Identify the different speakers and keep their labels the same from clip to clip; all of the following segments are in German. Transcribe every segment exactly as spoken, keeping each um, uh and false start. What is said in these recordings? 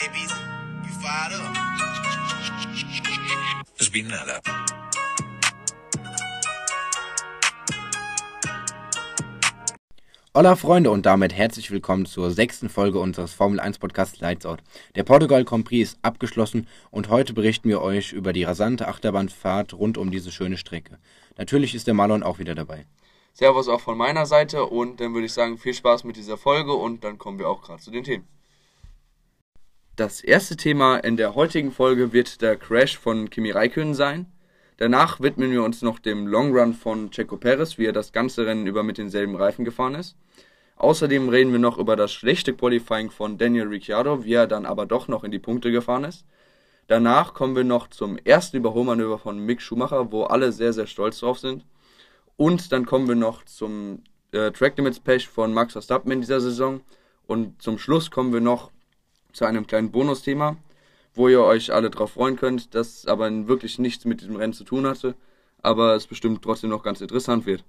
Speaker 1: babies. You fired up. Spinella.
Speaker 2: Hola Freunde und damit herzlich willkommen zur sechsten Folge unseres Formel eins Podcasts Lights Out. Der Portugal Grand Prix ist abgeschlossen und heute berichten wir euch über die rasante Achterbahnfahrt rund um diese schöne Strecke. Natürlich ist der Marlon auch wieder dabei.
Speaker 3: Servus auch von meiner Seite und dann würde ich sagen, viel Spaß mit dieser Folge und dann kommen wir auch gerade zu den Themen. Das erste Thema in der heutigen Folge wird der Crash von Kimi Räikkönen sein. Danach widmen wir uns noch dem Long Run von Checo Perez, wie er das ganze Rennen über mit denselben Reifen gefahren ist. Außerdem reden wir noch über das schlechte Qualifying von Daniel Ricciardo, wie er dann aber doch noch in die Punkte gefahren ist. Danach kommen wir noch zum ersten Überholmanöver von Mick Schumacher, wo alle sehr, sehr stolz drauf sind. Und dann kommen wir noch zum äh, Track Limits Pech von Max Verstappen in dieser Saison. Und zum Schluss kommen wir noch zu einem kleinen Bonusthema, wo ihr euch alle drauf freuen könnt, das aber wirklich nichts mit diesem Rennen zu tun hatte, aber es bestimmt trotzdem noch ganz interessant wird.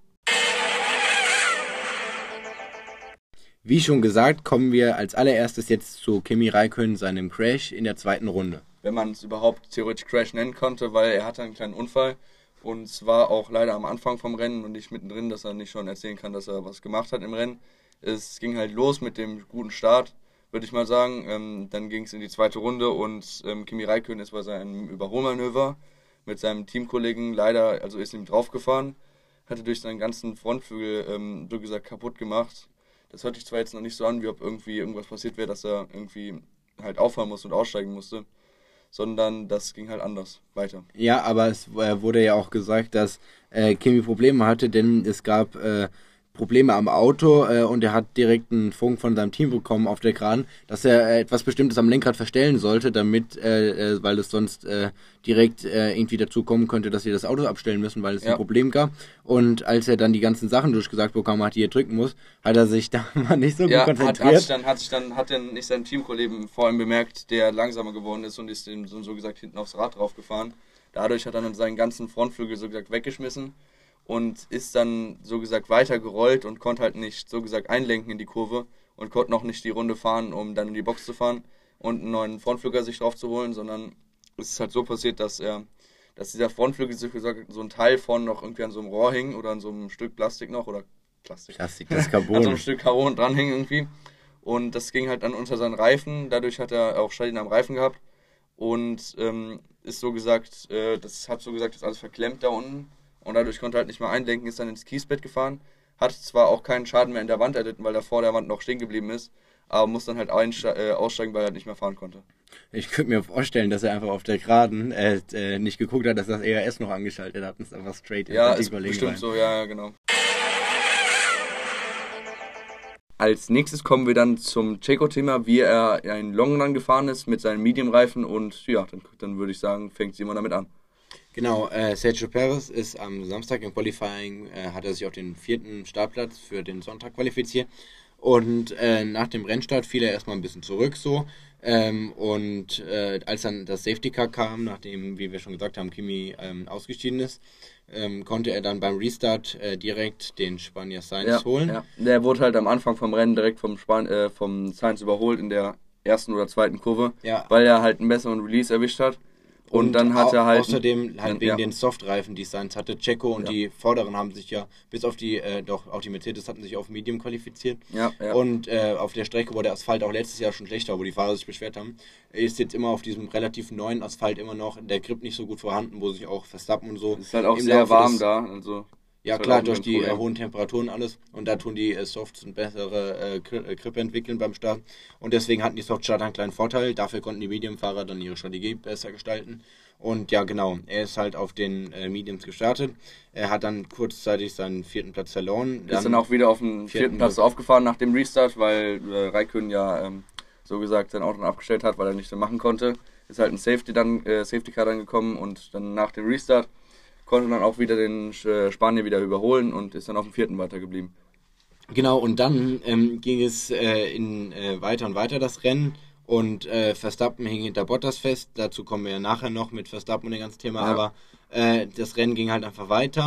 Speaker 2: Wie schon gesagt, kommen wir als allererstes jetzt zu Kimi Räikkönen, seinem Crash in der zweiten Runde.
Speaker 3: Wenn man es überhaupt theoretisch Crash nennen konnte, weil er hatte einen kleinen Unfall und zwar auch leider am Anfang vom Rennen und nicht mittendrin, dass er nicht schon erzählen kann, dass er was gemacht hat im Rennen. Es ging halt los mit dem guten Start, würde ich mal sagen. Ähm, dann ging es in die zweite Runde und ähm, Kimi Räikkönen ist bei seinem Überholmanöver mit seinem Teamkollegen leider, also ist ihm draufgefahren, hatte durch seinen ganzen Frontflügel, ähm, so gesagt, kaputt gemacht. Das hört sich zwar jetzt noch nicht so an, wie ob irgendwie irgendwas passiert wäre, dass er irgendwie halt aufhören musste und aussteigen musste, sondern das ging halt anders weiter.
Speaker 2: Ja, aber es äh, wurde ja auch gesagt, dass äh, Kimi Probleme hatte, denn es gab äh, Probleme am Auto äh, und er hat direkt einen Funk von seinem Team bekommen auf der Kran, dass er äh, etwas Bestimmtes am Lenkrad verstellen sollte, damit, äh, äh, weil es sonst äh, direkt äh, irgendwie dazu kommen könnte, dass sie das Auto abstellen müssen, weil es ja ein Problem gab. Und als er dann die ganzen Sachen durchgesagt bekommen hat, die er drücken muss, hat er sich da mal nicht so
Speaker 3: ja,
Speaker 2: gut konzentriert.
Speaker 3: Hat, hat sich dann, hat sich dann, hat dann nicht sein Teamkollegen vor allem bemerkt, der langsamer geworden ist und ist dem so, so gesagt hinten aufs Rad drauf gefahren. Dadurch hat er dann seinen ganzen Frontflügel so gesagt weggeschmissen und ist dann so gesagt weiter gerollt und konnte halt nicht so gesagt einlenken in die Kurve und konnte noch nicht die Runde fahren, um dann in die Box zu fahren und einen neuen Frontflügel sich drauf zu holen, sondern es ist halt so passiert, dass er, dass dieser Frontflügel so gesagt so ein Teil von noch irgendwie an so einem Rohr hing oder an so einem Stück Plastik noch oder Plastik,
Speaker 2: Plastik, das Carbon.
Speaker 3: an so einem Stück Carbon dran hing irgendwie und das ging halt dann unter seinen Reifen, dadurch hat er auch Schäden am Reifen gehabt und ähm, ist so gesagt, äh, das hat so gesagt, das ist alles verklemmt da unten. Und dadurch konnte er halt nicht mehr einlenken, ist dann ins Kiesbett gefahren. Hat zwar auch keinen Schaden mehr in der Wand erlitten, weil er vor der Wand noch stehen geblieben ist, aber muss dann halt äh, aussteigen, weil er halt nicht mehr fahren konnte.
Speaker 2: Ich könnte mir vorstellen, dass er einfach auf der Geraden äh, äh, nicht geguckt hat, dass das E R S noch angeschaltet hat und es einfach straight in
Speaker 3: ja,
Speaker 2: die
Speaker 3: ist
Speaker 2: Kollegen
Speaker 3: bestimmt
Speaker 2: rein.
Speaker 3: so, ja, genau. Als nächstes kommen wir dann zum Checo-Thema, wie er einen Long Run gefahren ist mit seinen Medium-Reifen und ja, dann, dann würde ich sagen, fängt sie mal damit an.
Speaker 2: Genau, äh, Sergio Perez ist am Samstag im Qualifying, äh, hat er sich auf den vierten Startplatz für den Sonntag qualifiziert und äh, nach dem Rennstart fiel er erstmal ein bisschen zurück so ähm, und äh, als dann das Safety Car kam, nachdem, wie wir schon gesagt haben, Kimi ähm, ausgeschieden ist, ähm, konnte er dann beim Restart äh, direkt den Spanier Sainz
Speaker 3: ja,
Speaker 2: holen.
Speaker 3: Ja. Der wurde halt am Anfang vom Rennen direkt vom, Span äh, vom Sainz überholt in der ersten oder zweiten Kurve,
Speaker 2: ja.
Speaker 3: weil er halt einen besseren Release erwischt hat. Und, und dann hat er halt...
Speaker 2: Außerdem halt wegen
Speaker 3: ja.
Speaker 2: den Softreifen, die Sainz hatte. Checo und ja. die Vorderen haben sich ja, bis auf die, äh, doch, auch die Mercedes hatten sich auf Medium qualifiziert.
Speaker 3: Ja, ja.
Speaker 2: Und äh, auf der Strecke, wo der Asphalt auch letztes Jahr schon schlechter war, wo die Fahrer sich beschwert haben, ist jetzt immer auf diesem relativ neuen Asphalt immer noch der Grip nicht so gut vorhanden, wo sich auch Verstappen und so...
Speaker 3: Es ist halt auch sehr warm des, da, also...
Speaker 2: Ja klar, durch die äh, hohen Temperaturen alles. Und da tun die äh, Softs eine bessere äh, Grip entwickeln beim Start. Und deswegen hatten die Softstarter einen kleinen Vorteil. Dafür konnten die Medium-Fahrer dann ihre Strategie besser gestalten. Und ja genau, er ist halt auf den äh, Mediums gestartet. Er hat dann kurzzeitig seinen vierten Platz verloren.
Speaker 3: Dann ist dann auch wieder auf den vierten, vierten Platz aufgefahren nach dem Restart, weil äh, Räikkönen ja ähm, so gesagt sein Auto dann abgestellt hat, weil er nicht so machen konnte. Ist halt ein Safety, dann, äh, Safety Car dann gekommen und dann nach dem Restart konnte dann auch wieder den äh, Spanier wieder überholen und ist dann auf dem vierten weitergeblieben.
Speaker 2: Genau, und dann ähm, ging es äh, in, äh, weiter und weiter das Rennen und äh, Verstappen hing hinter Bottas fest. Dazu kommen wir ja nachher noch mit Verstappen und dem ganzen Thema, ja. aber äh, das Rennen ging halt einfach weiter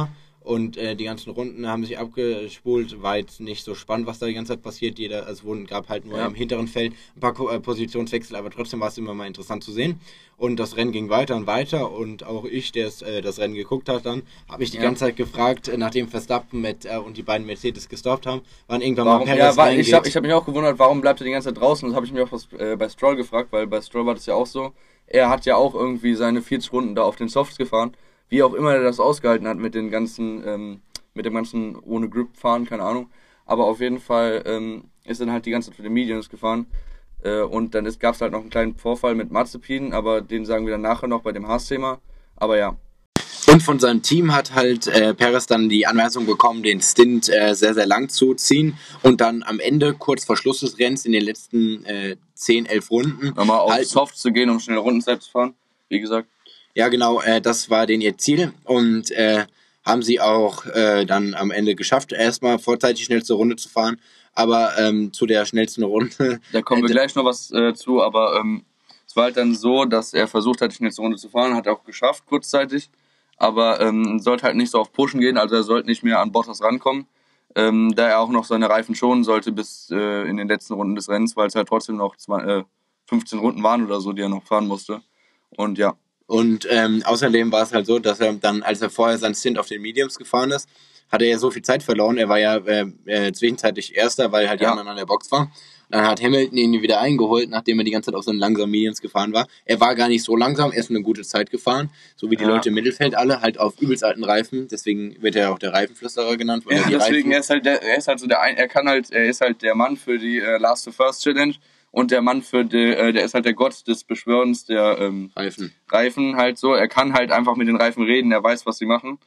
Speaker 2: und äh, die ganzen Runden haben sich abgespult, war jetzt nicht so spannend, was da die ganze Zeit passiert. Jeder, es wurden, gab halt nur
Speaker 3: Ja.
Speaker 2: im hinteren Feld ein paar Ko- äh, Positionswechsel, aber trotzdem war es immer mal interessant zu sehen. Und das Rennen ging weiter und weiter und auch ich, der es, äh, das Rennen geguckt hat, dann habe ich die
Speaker 3: Ja.
Speaker 2: ganze Zeit gefragt, äh, nachdem Verstappen mit, äh, und die beiden Mercedes gestoppt haben, wann irgendwann
Speaker 3: Warum,
Speaker 2: mal
Speaker 3: ja,
Speaker 2: Perez
Speaker 3: war,
Speaker 2: reingeht.
Speaker 3: ich habe ich hab mich auch gewundert, warum bleibt er die ganze Zeit draußen? Das habe ich mir auch was, äh, bei Stroll gefragt, weil bei Stroll war das ja auch so. Er hat ja auch irgendwie seine vierzig Runden da auf den Softs gefahren. Wie auch immer er das ausgehalten hat mit den ganzen, ähm, mit dem ganzen ohne Grip fahren, keine Ahnung. Aber auf jeden Fall ähm, ist dann halt die ganze Zeit für den Mediums gefahren. Äh, und dann gab es halt noch einen kleinen Vorfall mit Mazepin, aber den sagen wir dann nachher noch bei dem Haas-Thema. Aber ja.
Speaker 2: Und von seinem Team hat halt äh, Perez dann die Anweisung bekommen, den Stint äh, sehr, sehr lang zu ziehen und dann am Ende, kurz vor Schluss des Rennens, in den letzten äh, zehn, elf Runden...
Speaker 3: Nochmal auf
Speaker 2: halt,
Speaker 3: Soft zu gehen, um schnelle Rundenzeit zu fahren, wie gesagt.
Speaker 2: Ja, genau, äh, das war denen ihr Ziel und äh, haben sie auch äh, dann am Ende geschafft, erstmal vorzeitig schnellste Runde zu fahren, aber ähm, zu der schnellsten Runde...
Speaker 3: Da kommen wir
Speaker 2: äh,
Speaker 3: gleich noch was äh, zu, aber ähm, es war halt dann so, dass er versucht hat, die schnellste Runde zu fahren, hat er auch geschafft kurzzeitig, aber ähm, sollte halt nicht so auf Pushen gehen, also er sollte nicht mehr an Bottas rankommen, ähm, da er auch noch seine Reifen schonen sollte bis äh, in den letzten Runden des Rennens, weil es halt trotzdem noch zwei, äh, fünfzehn Runden waren oder so, die er noch fahren musste. Und ja.
Speaker 2: Und ähm, außerdem war es halt so, dass er dann, als er vorher seinen Stint auf den Mediums gefahren ist, hat er ja so viel Zeit verloren. Er war ja äh, äh, zwischenzeitlich Erster, weil halt die
Speaker 3: Ja.
Speaker 2: anderen an der Box waren. Dann hat Hamilton ihn wieder eingeholt, nachdem er die ganze Zeit auf so einen langsamen Mediums gefahren war. Er war gar nicht so langsam, er ist eine gute Zeit gefahren, so wie die
Speaker 3: Ja.
Speaker 2: Leute im Mittelfeld alle, halt auf übelst alten Reifen. Deswegen wird er auch der Reifenflüsterer genannt. Weil
Speaker 3: Ja,
Speaker 2: er die
Speaker 3: deswegen
Speaker 2: Reifen,
Speaker 3: er ist halt der, er ist halt so der ein, er kann halt, er ist halt der Mann für die äh, Last to First Challenge und der Mann für die, äh, der ist halt der Gott des Beschwörens der ähm,
Speaker 2: Reifen.
Speaker 3: Reifen halt so. Er kann halt einfach mit den Reifen reden, er weiß, was sie machen.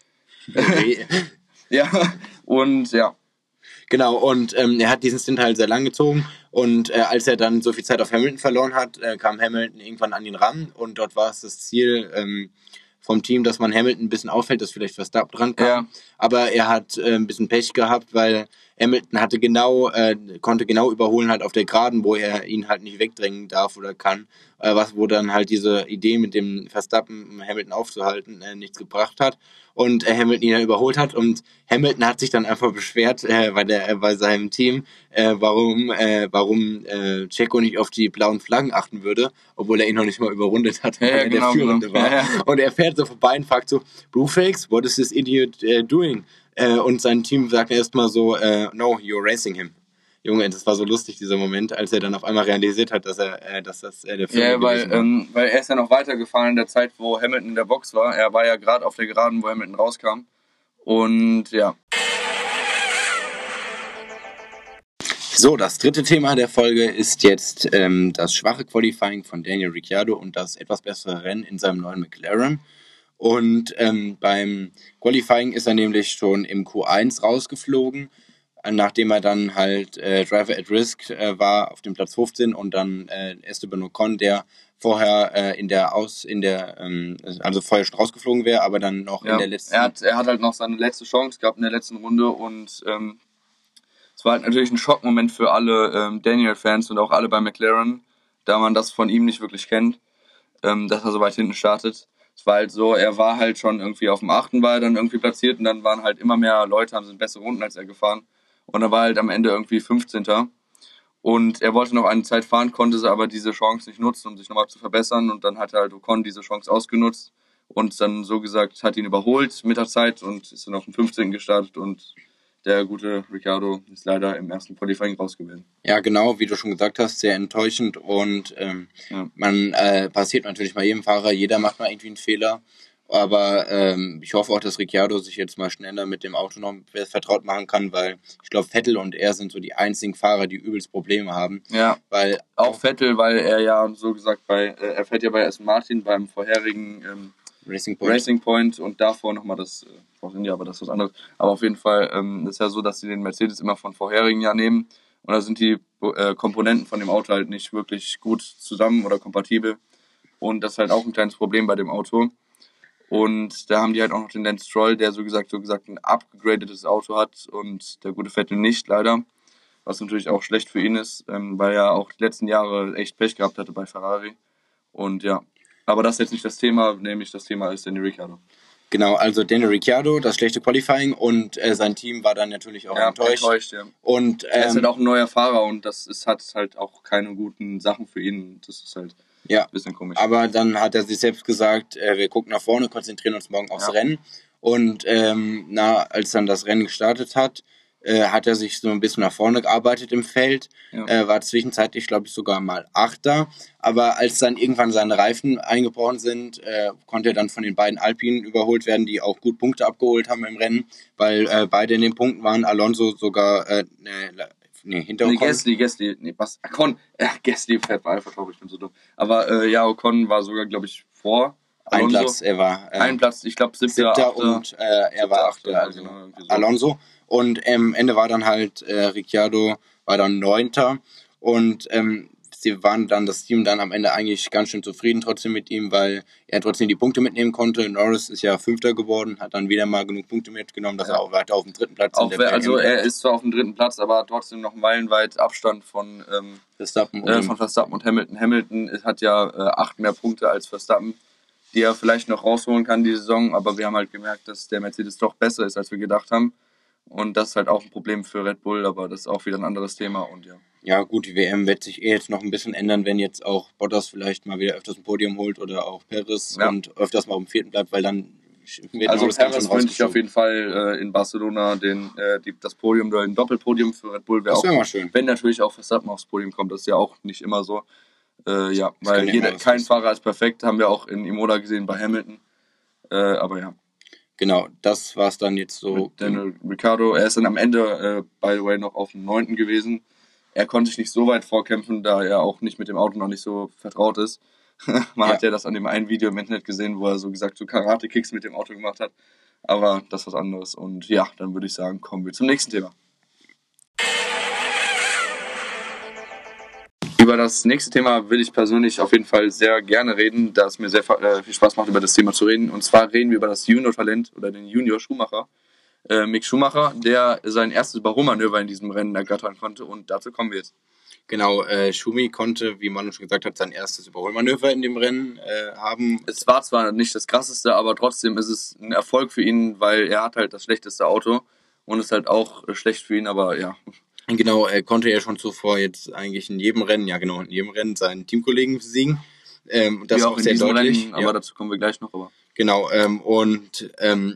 Speaker 3: Ja, und ja.
Speaker 2: Genau, und ähm, er hat diesen Stint halt sehr lang gezogen und äh, als er dann so viel Zeit auf Hamilton verloren hat, äh, kam Hamilton irgendwann an ihn ran und dort war es das Ziel ähm, vom Team, dass man Hamilton ein bisschen auffällt, dass vielleicht Verstappen dran kam.
Speaker 3: Ja.
Speaker 2: Aber er hat äh, ein bisschen Pech gehabt, weil Hamilton hatte genau, äh, konnte genau überholen halt auf der Geraden, wo er ihn halt nicht wegdrängen darf oder kann, äh, was wo dann halt diese Idee mit dem Verstappen Hamilton aufzuhalten äh, nichts gebracht hat und äh, Hamilton ihn dann überholt hat und Hamilton hat sich dann einfach beschwert äh, bei der äh, bei seinem Team, äh, warum äh, warum äh, Checo nicht auf die blauen Flaggen achten würde, obwohl er ihn noch nicht mal überrundet hat,
Speaker 3: Ja,
Speaker 2: weil
Speaker 3: ja,
Speaker 2: er
Speaker 3: genau,
Speaker 2: der Führende
Speaker 3: genau.
Speaker 2: war.
Speaker 3: Ja, ja.
Speaker 2: Und er fährt so vorbei und fragt so, Blueface, what is this idiot uh, doing? Äh, und sein Team sagt erstmal so, äh, no, you're racing him. Junge, das war so lustig, dieser Moment, als er dann auf einmal realisiert hat, dass er, äh, dass das äh, der Führer
Speaker 3: Ja, weil,
Speaker 2: gewesen war.
Speaker 3: ähm, weil er ist ja noch weitergefahren in der Zeit, wo Hamilton in der Box war. Er war ja gerade auf der Geraden, wo Hamilton rauskam. Und ja.
Speaker 2: So, das dritte Thema der Folge ist jetzt ähm, das schwache Qualifying von Daniel Ricciardo und das etwas bessere Rennen in seinem neuen McLaren. Und ähm, beim Qualifying ist er nämlich schon im Q eins rausgeflogen, nachdem er dann halt äh, Driver at Risk äh, war auf dem Platz fünfzehn und dann äh, Esteban Ocon, der vorher äh, in der Aus in der ähm, also vorher schon rausgeflogen wäre, aber dann noch
Speaker 3: ja.
Speaker 2: in der letzten
Speaker 3: Er hat, er hat halt noch seine letzte Chance gehabt in der letzten Runde und ähm, es war halt natürlich ein Schockmoment für alle ähm, Daniel-Fans und auch alle bei McLaren, da man das von ihm nicht wirklich kennt, ähm, dass er so weit hinten startet. Es war halt so, er war halt schon irgendwie auf dem achten war er dann irgendwie platziert und dann waren halt immer mehr Leute, haben sind bessere Runden als er gefahren. Und er war halt am Ende irgendwie fünfzehnter Und er wollte noch eine Zeit fahren, konnte sie aber diese Chance nicht nutzen, um sich nochmal zu verbessern. Und dann hat er halt Ocon diese Chance ausgenutzt und dann so gesagt, hat ihn überholt mit der Zeit und ist dann auf dem fünfzehnten gestartet. Und der gute Ricciardo ist leider im ersten Qualifying rausgewählt.
Speaker 2: Ja, genau, wie du schon gesagt hast, sehr enttäuschend und ähm,
Speaker 3: Ja.
Speaker 2: man äh, passiert natürlich bei jedem Fahrer, jeder macht mal irgendwie einen Fehler, aber ähm, ich hoffe auch, dass Ricciardo sich jetzt mal schneller mit dem Auto noch vertraut machen kann, weil ich glaube, Vettel und er sind so die einzigen Fahrer, die übelst Probleme haben,
Speaker 3: Ja,
Speaker 2: weil
Speaker 3: auch Vettel, weil er ja so gesagt bei, äh, er fährt ja bei Aston Martin beim vorherigen ähm,
Speaker 2: Racing Point,
Speaker 3: Racing Point und davor nochmal das, äh, Force India, aber das ist was anderes. Aber auf jeden Fall ähm, ist ja so, dass sie den Mercedes immer von vorherigen Jahr nehmen und da sind die äh, Komponenten von dem Auto halt nicht wirklich gut zusammen oder kompatibel und das ist halt auch ein kleines Problem bei dem Auto. Und da haben die halt auch noch den Lance Stroll, der so gesagt, so gesagt ein upgegradetes Auto hat und der gute Vettel nicht, leider. Was natürlich auch schlecht für ihn ist, ähm, weil er auch die letzten Jahre echt Pech gehabt hatte bei Ferrari. Und ja, aber das ist jetzt nicht das Thema, nämlich das Thema ist Daniel Ricciardo.
Speaker 2: Genau, also Daniel Ricciardo, das schlechte Qualifying und äh, sein Team war dann natürlich auch
Speaker 3: Ja,
Speaker 2: enttäuscht.
Speaker 3: enttäuscht, ja.
Speaker 2: Und, ähm,
Speaker 3: Er ist halt auch ein neuer Fahrer und das ist, hat halt auch keine guten Sachen für ihn. Das ist halt
Speaker 2: ja,
Speaker 3: ein bisschen komisch.
Speaker 2: aber dann hat er sich selbst gesagt, äh, wir gucken nach vorne, konzentrieren uns morgen aufs
Speaker 3: Ja.
Speaker 2: Rennen. Und ähm, na, als dann das Rennen gestartet hat, äh, hat er sich so ein bisschen nach vorne gearbeitet im Feld,
Speaker 3: Ja.
Speaker 2: äh, war zwischenzeitlich, glaube ich, sogar mal Achter. Aber als dann irgendwann seine Reifen eingebrochen sind, äh, konnte er dann von den beiden Alpinen überholt werden, die auch gut Punkte abgeholt haben im Rennen, weil äh, beide in den Punkten waren. Alonso sogar, äh, ne, nee, hinter
Speaker 3: Nee,
Speaker 2: Ocon.
Speaker 3: Gasly, Gasly, nee, was? Ocon, ja, Gasly fährt bei Alpha Tauri, ich bin so dumm. Aber äh, ja, Ocon war sogar, glaube ich, vor
Speaker 2: Ein
Speaker 3: Alonso.
Speaker 2: Platz, er war äh,
Speaker 3: Ein Platz, ich glaube siebter,
Speaker 2: siebter
Speaker 3: achter.
Speaker 2: und äh, er
Speaker 3: Siebter,
Speaker 2: war
Speaker 3: achter,
Speaker 2: achter, also
Speaker 3: genau, irgendwie so.
Speaker 2: Alonso. Und am Ende war dann halt äh, Ricciardo war dann neunter und ähm, sie waren dann das Team dann am Ende eigentlich ganz schön zufrieden trotzdem mit ihm, weil er trotzdem die Punkte mitnehmen konnte. Norris ist ja Fünfter geworden, hat dann wieder mal genug Punkte mitgenommen, dass
Speaker 3: Ja.
Speaker 2: er auch weiter auf dem dritten Platz
Speaker 3: Auch
Speaker 2: in
Speaker 3: wer,
Speaker 2: der
Speaker 3: also
Speaker 2: W M
Speaker 3: er ist zwar auf dem dritten Platz, aber trotzdem noch meilenweit Abstand von, ähm,
Speaker 2: Verstappen und
Speaker 3: äh,
Speaker 2: dem-
Speaker 3: von Verstappen und Hamilton. Hamilton hat ja äh, acht mehr Punkte als Verstappen, die er vielleicht noch rausholen kann die Saison, aber wir haben halt gemerkt, dass der Mercedes doch besser ist, als wir gedacht haben. Und das ist halt auch ein Problem für Red Bull, aber das ist auch wieder ein anderes Thema und ja.
Speaker 2: Ja gut, die W M wird sich eh jetzt noch ein bisschen ändern, wenn jetzt auch Bottas vielleicht mal wieder öfters ein Podium holt oder auch Perez
Speaker 3: Ja.
Speaker 2: und öfters mal auf dem vierten bleibt, weil dann wird
Speaker 3: Also
Speaker 2: Norris ganz schön
Speaker 3: Perez wünsche ich auf
Speaker 2: rausgeschoben.
Speaker 3: jeden Fall äh, in Barcelona den, äh, die, das Podium oder ein Doppelpodium für Red Bull wäre
Speaker 2: Das
Speaker 3: auch
Speaker 2: wäre
Speaker 3: gut.
Speaker 2: mal schön.
Speaker 3: Wenn natürlich auch Verstappen aufs Podium kommt, das ist ja auch nicht immer so. Äh, ja, weil
Speaker 2: kann ja
Speaker 3: jeder,
Speaker 2: immer was
Speaker 3: kein
Speaker 2: passieren.
Speaker 3: Fahrer ist perfekt, haben wir auch in Imola gesehen bei Hamilton. Äh, aber ja,
Speaker 2: Genau, das war's dann jetzt so.
Speaker 3: mit Daniel Ricciardo, er ist dann am Ende, äh, by the way, noch auf dem neunten gewesen. Er konnte sich nicht so weit vorkämpfen, da er auch nicht mit dem Auto noch nicht so vertraut ist. Man
Speaker 2: Ja.
Speaker 3: hat ja das an dem einen Video im Internet gesehen, wo er so gesagt so Karate-Kicks mit dem Auto gemacht hat. Aber das ist was anderes. Und ja, dann würde ich sagen, kommen wir zum nächsten Thema. Über das nächste Thema will ich persönlich auf jeden Fall sehr gerne reden, da es mir sehr äh, viel Spaß macht, über das Thema zu reden. Und zwar reden wir über das Junior-Talent oder den Junior Schumacher, äh, Mick Schumacher, der sein erstes Überholmanöver in diesem Rennen ergattern konnte. Und dazu kommen wir jetzt.
Speaker 2: Genau, äh, Schumi konnte, wie man schon gesagt hat, sein erstes Überholmanöver in dem Rennen äh, haben.
Speaker 3: Es war zwar nicht das krasseste, aber trotzdem ist es ein Erfolg für ihn, weil er hat halt das schlechteste Auto und ist halt auch äh, schlecht für ihn, aber ja.
Speaker 2: Genau, er konnte ja schon zuvor jetzt eigentlich in jedem Rennen, ja genau, in jedem Rennen seinen Teamkollegen besiegen. Ähm, das
Speaker 3: Wie
Speaker 2: auch
Speaker 3: auch in
Speaker 2: sehr
Speaker 3: diesem
Speaker 2: deutlich.
Speaker 3: Rennen, aber
Speaker 2: ja.
Speaker 3: dazu kommen wir gleich noch. Aber
Speaker 2: Genau, ähm, und ähm,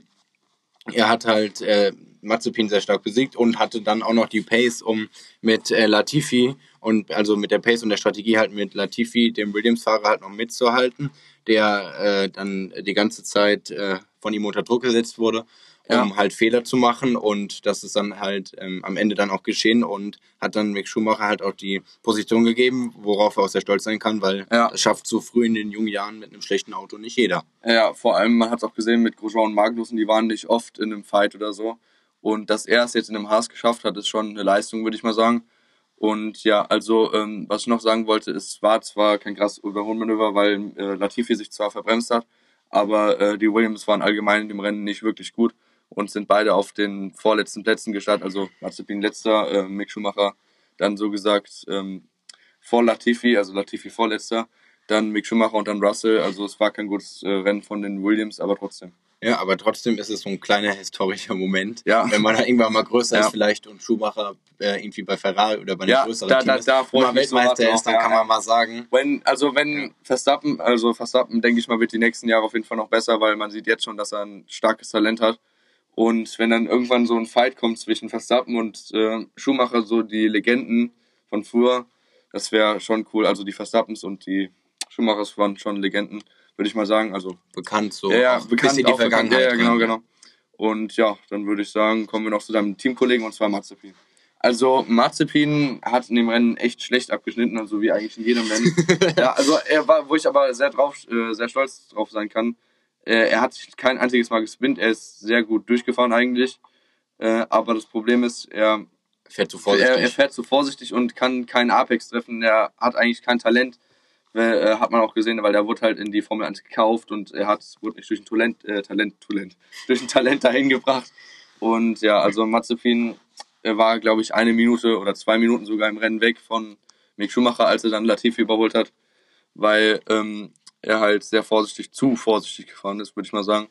Speaker 2: er hat halt äh, Mazepin sehr stark besiegt und hatte dann auch noch die Pace, um mit äh, Latifi und also mit der Pace und der Strategie halt mit Latifi, dem Williams-Fahrer, halt noch mitzuhalten, der äh, dann die ganze Zeit äh, von ihm unter Druck gesetzt wurde, um
Speaker 3: Ja.
Speaker 2: halt Fehler zu machen, und das ist dann halt ähm, am Ende dann auch geschehen und hat dann Mick Schumacher halt auch die Position gegeben, worauf er auch sehr stolz sein kann, weil
Speaker 3: Ja.
Speaker 2: das schafft so früh in den jungen Jahren mit einem schlechten Auto nicht jeder.
Speaker 3: ja, vor allem, man hat es auch gesehen mit Grosjean und Magnussen, die waren nicht oft in einem Fight oder so. Und dass er es jetzt in einem Haas geschafft hat, ist schon eine Leistung, würde ich mal sagen. Und ja, also, ähm, was ich noch sagen wollte, es war zwar kein krasses Überholmanöver, weil äh, Latifi sich zwar verbremst hat, aber äh, die Williams waren allgemein in dem Rennen nicht wirklich gut und sind beide auf den vorletzten Plätzen gestartet. Also Mazepin letzter, äh, Mick Schumacher dann so gesagt ähm, vor Latifi, also Latifi vorletzter, dann Mick Schumacher und dann Russell. Also es war kein gutes äh, Rennen von den Williams, aber trotzdem.
Speaker 2: Ja, aber trotzdem ist es so ein kleiner historischer Moment.
Speaker 3: Ja.
Speaker 2: Wenn man da irgendwann mal größer
Speaker 3: Ja.
Speaker 2: ist vielleicht und Schumacher äh, irgendwie bei Ferrari oder bei einem
Speaker 3: Ja,
Speaker 2: größeren
Speaker 3: da-
Speaker 2: Team
Speaker 3: da-
Speaker 2: ist,
Speaker 3: da freue ich
Speaker 2: mal
Speaker 3: mich so
Speaker 2: Weltmeister
Speaker 3: hart
Speaker 2: ist, dann
Speaker 3: drauf,
Speaker 2: kann
Speaker 3: ja.
Speaker 2: man mal sagen,
Speaker 3: Wenn, also wenn
Speaker 2: Ja.
Speaker 3: Verstappen, also Verstappen, denke ich mal, wird die nächsten Jahre auf jeden Fall noch besser, weil man sieht jetzt schon, dass er ein starkes Talent hat. Und wenn dann irgendwann so ein Fight kommt zwischen Verstappen und äh, Schumacher, so die Legenden von früher, das wäre schon cool. Also die Verstappens und die Schumachers waren schon Legenden, würde ich mal sagen. Also
Speaker 2: bekannt so
Speaker 3: ja, ja,
Speaker 2: auch
Speaker 3: bekannt
Speaker 2: bis in die
Speaker 3: auch bekannt.
Speaker 2: Vergangenheit.
Speaker 3: Ja, ja, genau,
Speaker 2: rein.
Speaker 3: genau. Und ja, dann würde ich sagen, kommen wir noch zu deinem Teamkollegen, und zwar Mazepin. Also Mazepin hat in dem Rennen echt schlecht abgeschnitten, also wie eigentlich in jedem Rennen. Ja, also er war, wo ich aber sehr drauf, äh, sehr stolz drauf sein kann. Äh, er hat sich kein einziges Mal gespinnt, er ist sehr gut durchgefahren eigentlich. Äh, aber das Problem ist, er,
Speaker 2: Fährt zu
Speaker 3: er,
Speaker 2: vorsichtig.
Speaker 3: er fährt zu vorsichtig und kann keinen Apex treffen. Er hat eigentlich kein Talent. Äh, hat man auch gesehen, weil der wurde halt in die Formel eins gekauft und er hat wurde nicht durch ein Talent, äh, Talent, Talent, durch ein Talent dahin gebracht. Und ja, also Mazepin äh, war, glaube ich, eine Minute oder zwei Minuten sogar im Rennen weg von Mick Schumacher, als er dann Latifi überholt hat, weil ähm, er halt sehr vorsichtig, zu vorsichtig gefahren ist, würde ich mal sagen.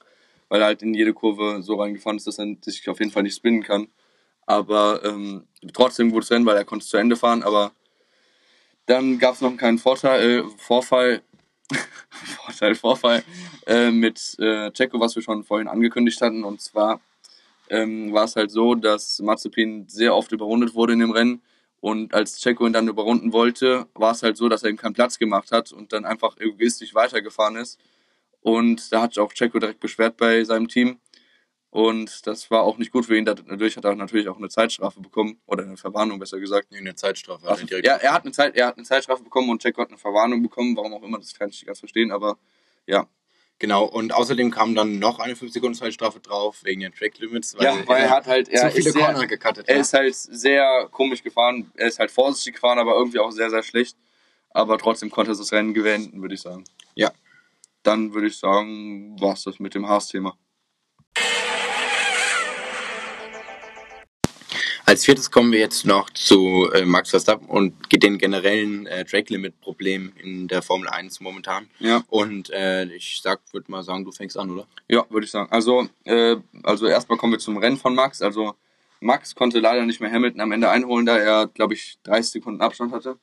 Speaker 3: weil er halt in jede Kurve so reingefahren ist, dass er sich auf jeden Fall nicht spinnen kann. Aber ähm, trotzdem gutes Rennen, weil er konnte zu Ende fahren, aber dann gab es noch einen kleinen Vorteil, äh, Vorfall, Vorteil, Vorfall äh, mit äh, Checo, was wir schon vorhin angekündigt hatten. Und zwar ähm, war es halt so, dass Mazepin sehr oft überrundet wurde in dem Rennen. Und als Checo ihn dann überrunden wollte, war es halt so, dass er ihm keinen Platz gemacht hat und dann einfach egoistisch weitergefahren ist. Und da hat sich auch Checo direkt beschwert bei seinem Team. Und das war auch nicht gut für ihn. Dadurch hat er natürlich auch eine Zeitstrafe bekommen. Oder eine Verwarnung, besser gesagt.
Speaker 2: Nee, eine Zeitstrafe.
Speaker 3: Also, ja, er hat, eine Zeit, er hat eine Zeitstrafe bekommen und Checo hat eine Verwarnung bekommen. Warum auch immer, das kann ich nicht ganz verstehen. Aber ja.
Speaker 2: Genau, und außerdem kam dann noch eine fünf Sekunden Zeitstrafe drauf, wegen den Track Limits.
Speaker 3: Weil ja, weil er, er hat halt... Er
Speaker 2: zu viele
Speaker 3: ist sehr,
Speaker 2: Corner gecuttet.
Speaker 3: Er
Speaker 2: ja.
Speaker 3: ist halt sehr komisch gefahren. Er ist halt vorsichtig gefahren, aber irgendwie auch sehr, sehr schlecht. Aber trotzdem konnte er das Rennen gewinnen, würde ich sagen.
Speaker 2: Ja.
Speaker 3: Dann würde ich sagen, war es das mit dem Haas-Thema.
Speaker 2: Als viertes kommen wir jetzt noch zu äh, Max Verstappen und den generellen äh, Track-Limit-Problem in der Formel eins momentan.
Speaker 3: Ja.
Speaker 2: Und äh, ich sag, würde mal sagen, du fängst an, oder?
Speaker 3: Ja, würde ich sagen. Also, äh, also erstmal kommen wir zum Rennen von Max. Also Max konnte leider nicht mehr Hamilton am Ende einholen, da er, glaube ich, dreißig Sekunden Abstand hatte.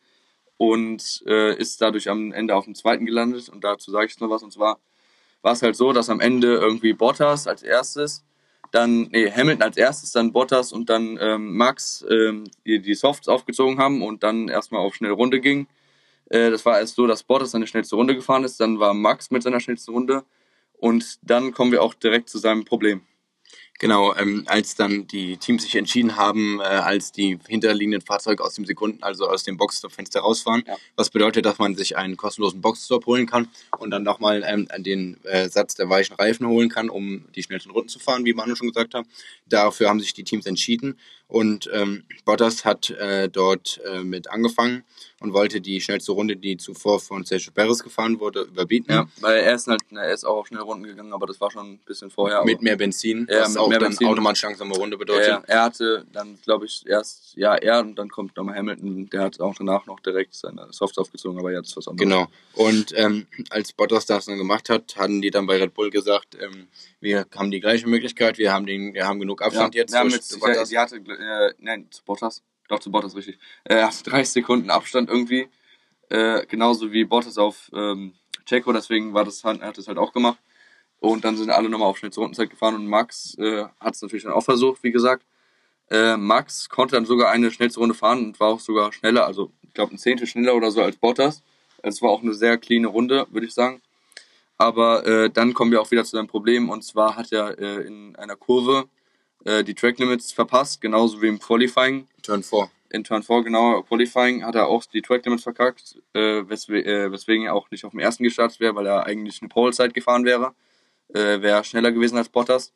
Speaker 3: Und äh, ist dadurch am Ende auf dem zweiten gelandet. Und dazu sage ich noch was. Und zwar war es halt so, dass am Ende irgendwie Bottas als erstes, dann, nee, Hamilton als erstes, dann Bottas und dann ähm, Max ähm, die, die Softs aufgezogen haben und dann erstmal auf schnelle Runde ging. Äh, das war erst so, dass Bottas seine schnellste Runde gefahren ist, dann war Max mit seiner schnellsten Runde und dann kommen wir auch direkt zu seinem Problem.
Speaker 2: Genau, ähm, als dann die Teams sich entschieden haben, äh, als die hinterliegenden Fahrzeuge aus dem Sekunden, also aus dem Boxstop-Fenster rausfahren, ja. Was bedeutet, dass man sich einen kostenlosen Boxstop holen kann und dann nochmal ähm, den äh, Satz der weichen Reifen holen kann, um die schnellsten Runden zu fahren, wie Manu schon gesagt hat. Dafür haben sich die Teams entschieden und ähm, Bottas hat äh, dort äh, mit angefangen und wollte die schnellste Runde, die zuvor von Sergio Perez gefahren wurde, überbieten.
Speaker 3: Ja, weil er ist, halt, er ist auch auf schnelle Runden gegangen, aber das war schon ein bisschen vorher.
Speaker 2: Mit mehr Benzin,
Speaker 3: ja,
Speaker 2: was
Speaker 3: mit
Speaker 2: auch
Speaker 3: mehr
Speaker 2: dann
Speaker 3: Benzin.
Speaker 2: automatisch langsame Runde bedeutet.
Speaker 3: Er, er hatte dann, glaube ich, erst, ja, er und dann kommt nochmal Hamilton, der hat auch danach noch direkt seine Softs aufgezogen, aber jetzt was anderes.
Speaker 2: Genau, und ähm, als Bottas das dann gemacht hat, hatten die dann bei Red Bull gesagt, ähm, wir haben die gleiche Möglichkeit, wir haben, den, wir haben genug Abstand
Speaker 3: ja,
Speaker 2: jetzt.
Speaker 3: Ja, mit, Bottas. Die hatte, äh, nein, zu Bottas, doch zu Bottas, richtig. Er hatte dreißig Sekunden Abstand irgendwie. Äh, genauso wie Bottas auf ähm, Checo, deswegen war das, er hat das halt auch gemacht. Und dann sind alle nochmal auf schnellste Rundenzeit gefahren und Max äh, hat es natürlich dann auch versucht, wie gesagt. Äh, Max konnte dann sogar eine schnellste Runde fahren und war auch sogar schneller, also ich glaube ein Zehntel schneller oder so als Bottas. Es war auch eine sehr cleane Runde, würde ich sagen. Aber äh, dann kommen wir auch wieder zu seinem Problem und zwar hat er äh, in einer Kurve äh, die Track Limits verpasst, genauso wie im Qualifying.
Speaker 2: Turn vier.
Speaker 3: In Turn vier, genau, Qualifying, hat er auch die Track Limits verkackt, äh, weswe- äh, weswegen er auch nicht auf dem ersten gestartet wäre, weil er eigentlich eine Pole-Zeit gefahren wäre. Äh, wäre schneller gewesen als Bottas.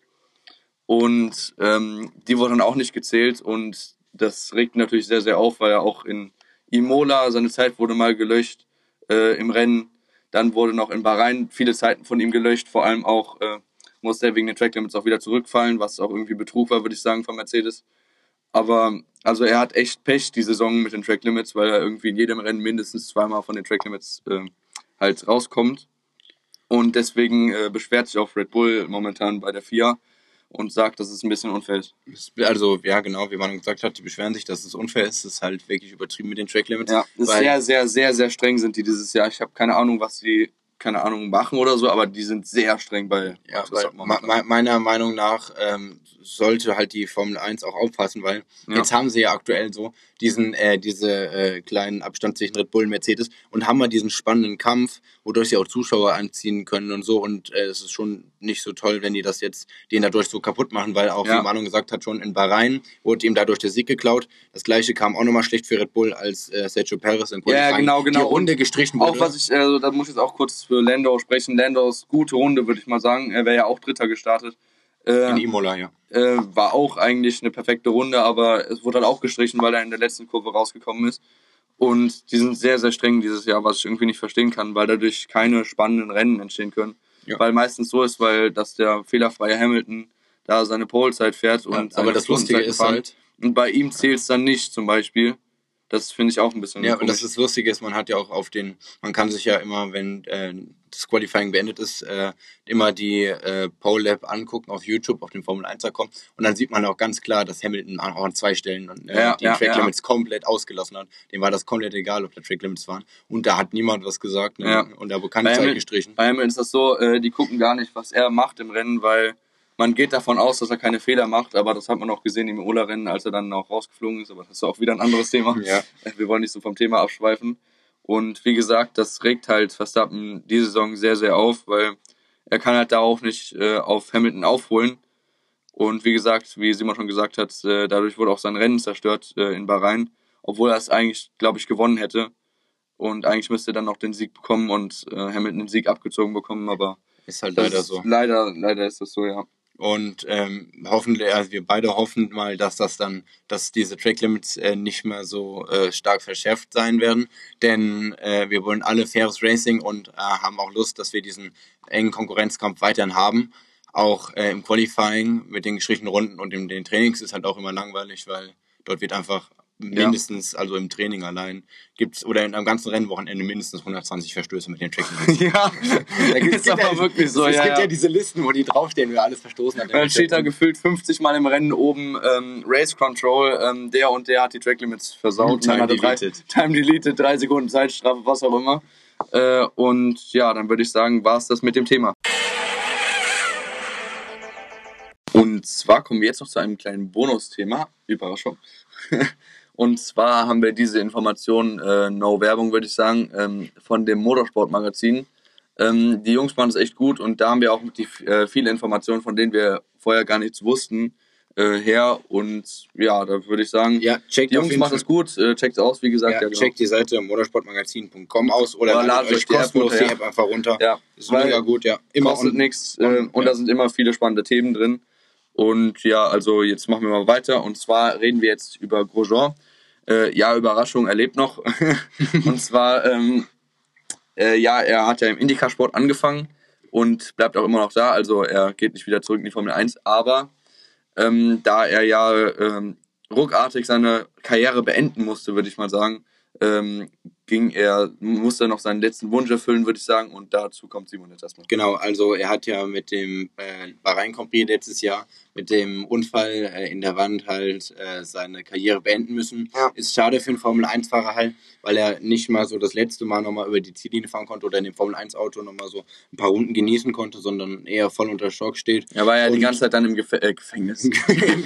Speaker 3: Und ähm, die wurde dann auch nicht gezählt und das regt natürlich sehr, sehr auf, weil er auch in Imola, seine Zeit wurde mal gelöscht äh, im Rennen. Dann wurde noch in Bahrain viele Zeiten von ihm gelöscht, vor allem auch äh, musste er wegen den Track Limits auch wieder zurückfallen, was auch irgendwie Betrug war, würde ich sagen, von Mercedes. Aber also er hat echt Pech die Saison mit den Track Limits, weil er irgendwie in jedem Rennen mindestens zweimal von den Track Limits äh, halt rauskommt. Und deswegen äh, beschwert sich auch Red Bull momentan bei der F I A und sagt, dass es ein bisschen unfair ist.
Speaker 2: Also, ja, genau, wie man gesagt hat, die beschweren sich, dass es unfair ist. Es ist halt wirklich übertrieben mit den Track Limits.
Speaker 3: Ja, das ist sehr, sehr, sehr, sehr streng sind die dieses Jahr. Ich habe keine Ahnung, was die, keine Ahnung, machen oder so, aber die sind sehr streng bei...
Speaker 2: Ja, weil, me- meiner Meinung nach ähm, sollte halt die Formel eins auch aufpassen, weil ja. Jetzt haben sie ja aktuell so diesen äh, diese äh, kleinen Abstand zwischen Red Bull und Mercedes und haben mal diesen spannenden Kampf, wodurch sie auch Zuschauer anziehen können und so und äh, es ist schon nicht so toll, wenn die das jetzt den dadurch so kaputt machen, weil auch, ja. Wie Manu gesagt hat, schon in Bahrain wurde ihm dadurch der Sieg geklaut. Das gleiche kam auch nochmal schlecht für Red Bull, als äh, Sergio Perez in
Speaker 3: Qualifying ja, genau, genau.
Speaker 2: die Runde gestrichen wurde.
Speaker 3: Auch was ich, also da muss ich jetzt auch kurz für Lando sprechen. Landos gute Runde, würde ich mal sagen. Er wäre ja auch Dritter gestartet.
Speaker 2: Äh, in Imola, ja.
Speaker 3: Äh, war auch eigentlich eine perfekte Runde, aber es wurde halt auch gestrichen, weil er in der letzten Kurve rausgekommen ist. Und die sind sehr, sehr streng dieses Jahr, was ich irgendwie nicht verstehen kann, weil dadurch keine spannenden Rennen entstehen können. Ja. Weil meistens so ist, weil dass der fehlerfreie Hamilton da seine Polezeit fährt. Und
Speaker 2: ja, aber das Lustige ist halt...
Speaker 3: Und bei ihm zählt es dann nicht zum Beispiel. Das finde ich auch ein bisschen
Speaker 2: Ja,
Speaker 3: komisch.
Speaker 2: und das ist lustig ist, man hat ja auch auf den, man kann sich ja immer, wenn äh, das Qualifying beendet ist, äh, immer die äh, Pole Lap angucken auf YouTube, auf dem Formel eins kommen und dann sieht man auch ganz klar, dass Hamilton auch an zwei Stellen äh,
Speaker 3: Ja,
Speaker 2: die
Speaker 3: ja,
Speaker 2: Track
Speaker 3: ja.
Speaker 2: Limits komplett ausgelassen hat. Dem war das komplett egal, ob da Track Limits waren. Und da hat niemand was gesagt, ne?
Speaker 3: Ja.
Speaker 2: Und da wurde keine
Speaker 3: Bei
Speaker 2: Zeit
Speaker 3: Hamilton-
Speaker 2: gestrichen.
Speaker 3: Bei Hamilton ist das so, äh, die gucken gar nicht, was er macht im Rennen, weil man geht davon aus, dass er keine Fehler macht, aber das hat man auch gesehen im Imola-Rennen, als er dann auch rausgeflogen ist, aber das ist auch wieder ein anderes Thema.
Speaker 2: Ja.
Speaker 3: Wir wollen nicht so vom Thema abschweifen. Und wie gesagt, das regt halt Verstappen diese Saison sehr, sehr auf, weil er kann halt da auch nicht äh, auf Hamilton aufholen. Und wie gesagt, wie Simon schon gesagt hat, äh, dadurch wurde auch sein Rennen zerstört äh, in Bahrain, obwohl er es eigentlich, glaube ich, gewonnen hätte. Und eigentlich müsste er dann noch den Sieg bekommen und äh, Hamilton den Sieg abgezogen bekommen, aber
Speaker 2: Ist halt
Speaker 3: das
Speaker 2: leider
Speaker 3: ist,
Speaker 2: so.
Speaker 3: Leider, leider ist das so, ja.
Speaker 2: Und ähm, hoffentlich, also wir beide hoffen mal, dass das dann, dass diese Track Limits äh, nicht mehr so äh, stark verschärft sein werden, denn äh, wir wollen alle faires Racing und äh, haben auch Lust, dass wir diesen engen Konkurrenzkampf weiterhin haben. Auch äh, im Qualifying mit den gestrichenen Runden und in den Trainings ist halt auch immer langweilig, weil dort wird einfach mindestens, also im Training allein, gibt's oder in einem ganzen Rennwochenende mindestens hundertzwanzig Verstöße mit den Track Limits.
Speaker 3: Ja,
Speaker 2: Da gibt's
Speaker 3: ist aber
Speaker 2: ja,
Speaker 3: wirklich so,
Speaker 2: es
Speaker 3: ja,
Speaker 2: gibt ja
Speaker 3: ja.
Speaker 2: diese Listen, wo die draufstehen, wer alles verstoßen hat.
Speaker 3: Dann steht da gefühlt fünfzig Mal im Rennen oben ähm, Race Control, ähm, der und der hat die Track Limits versaut. Und dann
Speaker 2: Time
Speaker 3: hat er drei,
Speaker 2: deleted.
Speaker 3: Time deleted, drei Sekunden Zeitstrafe, was auch immer. Äh, und ja, dann würde ich sagen, war es das mit dem Thema. Und zwar kommen wir jetzt noch zu einem kleinen Bonusthema. Überraschung. Und zwar haben wir diese Information, äh, no Werbung würde ich sagen, ähm, von dem Motorsport-Magazin. Ähm, die Jungs machen es echt gut und da haben wir auch die, äh, viele Informationen, von denen wir vorher gar nichts wussten, äh, her. Und ja, da würde ich sagen,
Speaker 2: Ja, checkt
Speaker 3: die
Speaker 2: auf
Speaker 3: Jungs
Speaker 2: jeden
Speaker 3: machen
Speaker 2: Fall.
Speaker 3: es gut, äh, checkt aus, wie gesagt.
Speaker 2: Ja,
Speaker 3: Ja, genau.
Speaker 2: checkt die Seite motorsportmagazin punkt com aus oder,
Speaker 3: Oder
Speaker 2: ladet
Speaker 3: ladet
Speaker 2: euch
Speaker 3: euch die App
Speaker 2: kostenlos
Speaker 3: runter,
Speaker 2: die
Speaker 3: ja.
Speaker 2: App einfach runter.
Speaker 3: Ja,
Speaker 2: Ist
Speaker 3: weil
Speaker 2: mega gut, ja. Immer
Speaker 3: kostet
Speaker 2: on-
Speaker 3: nichts
Speaker 2: on-
Speaker 3: äh, und
Speaker 2: ja.
Speaker 3: da sind immer viele spannende Themen drin. Und ja, also jetzt machen wir mal weiter. Und zwar reden wir jetzt über Grosjean. Äh, ja, Überraschung, er lebt noch. Und zwar, ähm, äh, ja, er hat ja im IndyCar-Sport angefangen und bleibt auch immer noch da. Also er geht nicht wieder zurück in die Formel eins. Aber ähm, da er ja ähm, ruckartig seine Karriere beenden musste, würde ich mal sagen, ähm, ging er, musste noch seinen letzten Wunsch erfüllen, würde ich sagen. Und dazu kommt Simon jetzt erstmal.
Speaker 2: Genau, also er hat ja mit dem äh, Bahrain Grand Prix letztes Jahr mit dem Unfall äh, in der Wand halt äh, seine Karriere beenden müssen.
Speaker 3: Ja.
Speaker 2: Ist schade für einen Formel eins Fahrer halt, weil er nicht mal so das letzte Mal nochmal über die Ziellinie fahren konnte oder in dem Formel eins Auto nochmal so ein paar Runden genießen konnte, sondern eher voll unter Schock steht.
Speaker 3: Er war ja
Speaker 2: Und-
Speaker 3: die ganze Zeit dann im Gef äh, Gefängnis.
Speaker 2: Im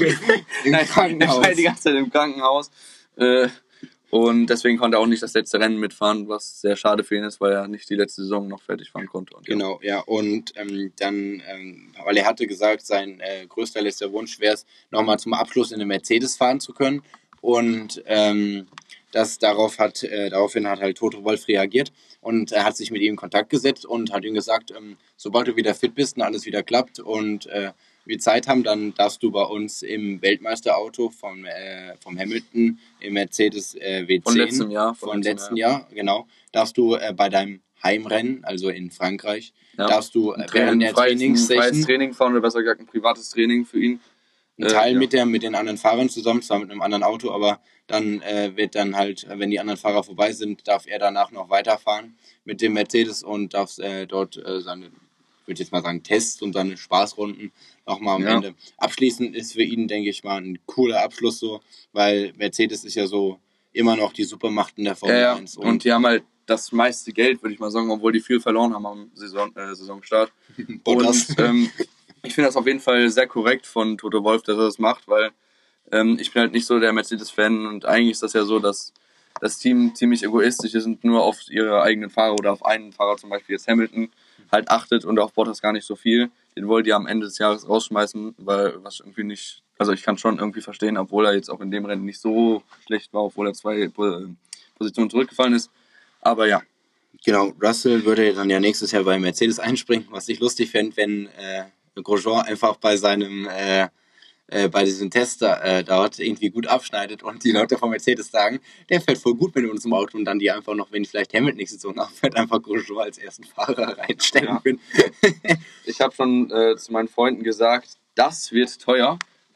Speaker 3: Nein,
Speaker 2: Krankenhaus.
Speaker 3: Er war die ganze Zeit im Krankenhaus. Äh, und deswegen konnte er auch nicht das letzte Rennen mitfahren, was sehr schade für ihn ist, weil er nicht die letzte Saison noch fertig fahren konnte. Und ja.
Speaker 2: Genau, ja, und ähm, dann, ähm, weil er hatte gesagt, sein äh, größter letzter Wunsch wäre es, nochmal zum Abschluss in eine Mercedes fahren zu können. Und ähm, das darauf hat, äh, daraufhin hat halt Toto Wolff reagiert und er hat sich mit ihm in Kontakt gesetzt und hat ihm gesagt, ähm, sobald du wieder fit bist und alles wieder klappt und äh, wir Zeit haben, dann darfst du bei uns im Weltmeisterauto vom, äh, vom Hamilton im Mercedes äh, W zehn
Speaker 3: Von letztem Jahr.
Speaker 2: von letzten Jahr, genau, darfst du äh, bei deinem Heimrennen, also in Frankreich,
Speaker 3: Ja.
Speaker 2: darfst du äh,
Speaker 3: Ein
Speaker 2: während der
Speaker 3: freies, ein freies
Speaker 2: Trainingssession
Speaker 3: Training fahren oder besser gesagt ein privates Training für ihn.
Speaker 2: einen
Speaker 3: Äh,
Speaker 2: Teil
Speaker 3: ja.
Speaker 2: mit, der, mit den anderen Fahrern zusammen, zwar mit einem anderen Auto, aber dann äh, wird dann halt, wenn die anderen Fahrer vorbei sind, darf er danach noch weiterfahren mit dem Mercedes und darf äh, dort äh, seine, ich würde jetzt mal sagen, Tests und seine Spaßrunden nochmal am
Speaker 3: Ja.
Speaker 2: Ende abschließen. Ist für ihn, denke ich mal, ein cooler Abschluss so, weil Mercedes ist ja so immer noch die Supermacht in der Formel
Speaker 3: Ja, ja.
Speaker 2: eins.
Speaker 3: Und die haben halt das meiste Geld, würde ich mal sagen, obwohl die viel verloren haben am Saison, äh, Saisonstart.
Speaker 2: Bottas.
Speaker 3: Und ähm, ich finde das auf jeden Fall sehr korrekt von Toto Wolff, dass er das macht, weil ähm, ich bin halt nicht so der Mercedes-Fan und eigentlich ist das ja so, dass das Team ziemlich egoistisch ist und nur auf ihre eigenen Fahrer oder auf einen Fahrer, zum Beispiel jetzt Hamilton, halt achtet und auf Bottas gar nicht so viel. Den wollt ihr am Ende des Jahres rausschmeißen, weil was irgendwie nicht, also ich kann schon irgendwie verstehen, obwohl er jetzt auch in dem Rennen nicht so schlecht war, obwohl er zwei äh, Positionen zurückgefallen ist. Aber ja,
Speaker 2: Genau, Russell würde dann ja nächstes Jahr bei Mercedes einspringen, was ich lustig fände, wenn äh, Grosjean einfach bei seinem äh, äh, bei diesem Tester äh, dort irgendwie gut abschneidet und die Leute von Mercedes sagen, der fährt voll gut mit uns im Auto und dann die einfach noch, wenn vielleicht Hamilton nächste Saison nachfährt, einfach Grosjean als ersten Fahrer reinstellen
Speaker 3: Ja.
Speaker 2: können.
Speaker 3: ich habe schon äh, zu meinen Freunden gesagt, das wird teuer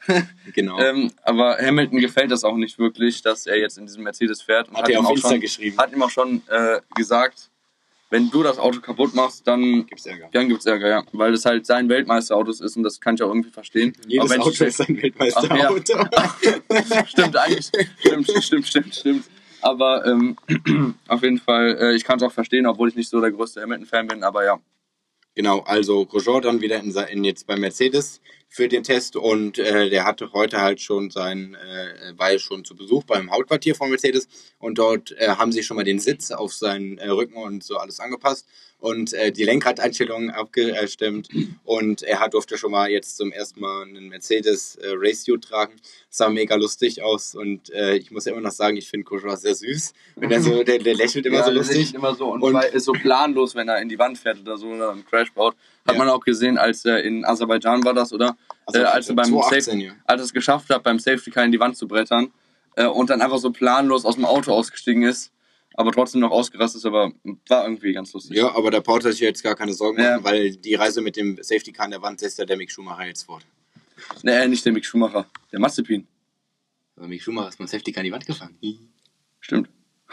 Speaker 2: Genau.
Speaker 3: ähm, aber Hamilton gefällt das auch nicht wirklich, dass er jetzt in diesem Mercedes fährt. Und
Speaker 2: Hat
Speaker 3: hat,
Speaker 2: er
Speaker 3: ihm
Speaker 2: auf
Speaker 3: auch
Speaker 2: Insta
Speaker 3: schon,
Speaker 2: geschrieben.
Speaker 3: hat ihm auch schon äh, gesagt, wenn du das Auto kaputt machst, dann
Speaker 2: Gibt's Ärger.
Speaker 3: Dann gibt's Ärger, ja. Weil das halt sein Weltmeisterauto ist und das kann ich auch irgendwie verstehen.
Speaker 2: Jedes
Speaker 3: wenn
Speaker 2: Auto
Speaker 3: ich,
Speaker 2: ist ein Weltmeisterauto.
Speaker 3: Ach, ja. Stimmt, eigentlich. Stimmt, stimmt, stimmt, stimmt. Aber ähm, auf jeden Fall, äh, ich kann es auch verstehen, obwohl ich nicht so der größte Hamilton-Fan bin, aber ja.
Speaker 2: Genau, also Grosjean dann wieder in, in jetzt bei Mercedes für den Test und äh, der hatte heute halt schon sein, äh, war ja schon zu Besuch beim Hauptquartier von Mercedes und dort äh, haben sie schon mal den Sitz auf seinen äh, Rücken und so alles angepasst und äh, die Lenkradeinstellungen abgestimmt und er hat durfte schon mal jetzt zum ersten Mal einen Mercedes äh, Race Suit tragen. Sah mega lustig aus und äh, ich muss ja immer noch sagen, ich finde Grosjean sehr süß, wenn er so, der, der lächelt immer
Speaker 3: ja,
Speaker 2: so
Speaker 3: der
Speaker 2: lustig.
Speaker 3: lächelt immer so und,
Speaker 2: Und-
Speaker 3: und ist so planlos, wenn er in die Wand fährt oder so oder einen Crash baut. Hat
Speaker 2: Ja.
Speaker 3: man auch gesehen, als er in Aserbaidschan war das, oder?
Speaker 2: Also,
Speaker 3: äh, als er beim
Speaker 2: zwanzig achtzehn,
Speaker 3: Safety,
Speaker 2: ja.
Speaker 3: als er es geschafft hat, beim Safety Car in die Wand zu brettern äh, und dann einfach so planlos aus dem Auto ausgestiegen ist, aber trotzdem noch ausgerastet ist, aber war irgendwie ganz lustig.
Speaker 2: Ja, aber der Porter sich jetzt gar keine Sorgen machen,
Speaker 3: Ja.
Speaker 2: weil die Reise mit dem Safety Car an der Wand setzt ja der Mick Schumacher jetzt fort.
Speaker 3: Nee, nicht der Mick Schumacher, der Mazepin.
Speaker 2: Aber Mick Schumacher ist beim Safety Car an die Wand gefahren.
Speaker 3: Stimmt.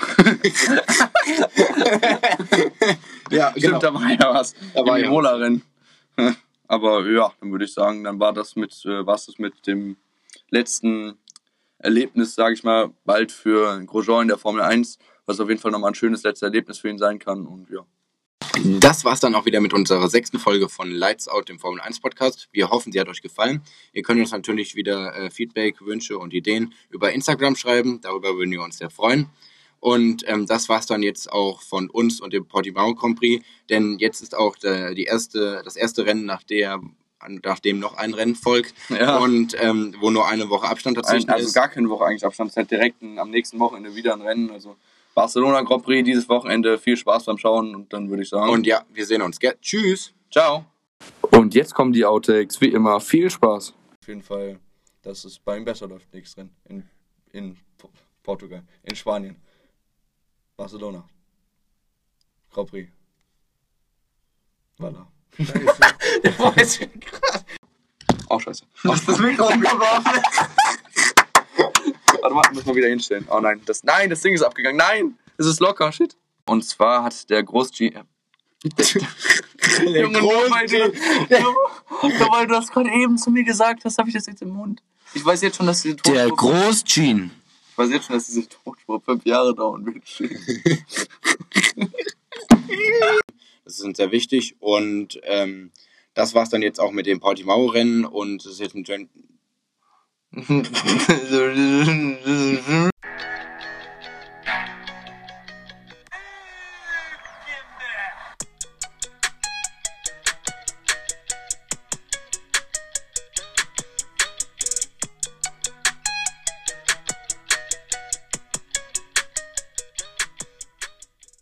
Speaker 2: Ja,
Speaker 3: Stimmt, da war ja was.
Speaker 2: Da war
Speaker 3: Im
Speaker 2: ja
Speaker 3: Imola-Rennen. Aber ja, dann würde ich sagen, dann war das mit, äh, war's das mit dem letzten Erlebnis, sage ich mal, bald für Grosjean in der Formel eins, was auf jeden Fall nochmal ein schönes letztes Erlebnis für ihn sein kann. Und ja.
Speaker 2: Das war's dann auch wieder mit unserer sechsten Folge von Lights Out, dem Formel eins Podcast. Wir hoffen, sie hat euch gefallen. Ihr könnt uns natürlich wieder äh, Feedback, Wünsche und Ideen über Instagram schreiben. Darüber würden wir uns sehr freuen. Und ähm, das war's dann jetzt auch von uns und dem Portimao Grand Prix, denn jetzt ist auch der, die erste, das erste Rennen, nach, der, nachdem noch ein Rennen folgt
Speaker 3: Ja.
Speaker 2: und ähm, wo nur eine Woche Abstand dazwischen
Speaker 3: Ein, also
Speaker 2: ist.
Speaker 3: gar keine Woche eigentlich Abstand, es ist halt direkt ein, am nächsten Wochenende wieder ein Rennen. Also Barcelona Grand Prix dieses Wochenende, viel Spaß beim Schauen und dann würde ich sagen.
Speaker 2: Und ja, wir sehen uns. Gell? Tschüss.
Speaker 3: Ciao. Und jetzt kommen die Outtakes, wie immer. Viel Spaß. Auf jeden Fall, dass es bei ihm besser läuft, nächstes Rennen. In, in Portugal, in Spanien. Barcelona. Grand Prix. Voilà. Der war jetzt krass. Oh, scheiße.
Speaker 2: Hast du das Mikro umgeworfen?
Speaker 3: Warte mal, müssen wir wieder hinstellen. Oh nein, das, nein, das Ding ist abgegangen. Nein, es ist locker, shit. Und zwar hat der Groß-G...
Speaker 2: Der
Speaker 3: Junge, nur weil, du, nur weil du das gerade eben zu mir gesagt hast, habe ich das jetzt im Mund. Ich weiß jetzt schon, dass diese
Speaker 2: Der
Speaker 3: Tonspur...
Speaker 2: Groß-Jean.
Speaker 3: Ich weiß jetzt schon, dass diese Tonspur fünf Jahre dauern wird.
Speaker 2: Das ist uns sehr wichtig und ähm, das war's dann jetzt auch mit dem Portimao-Rennen und es ist jetzt ein Gen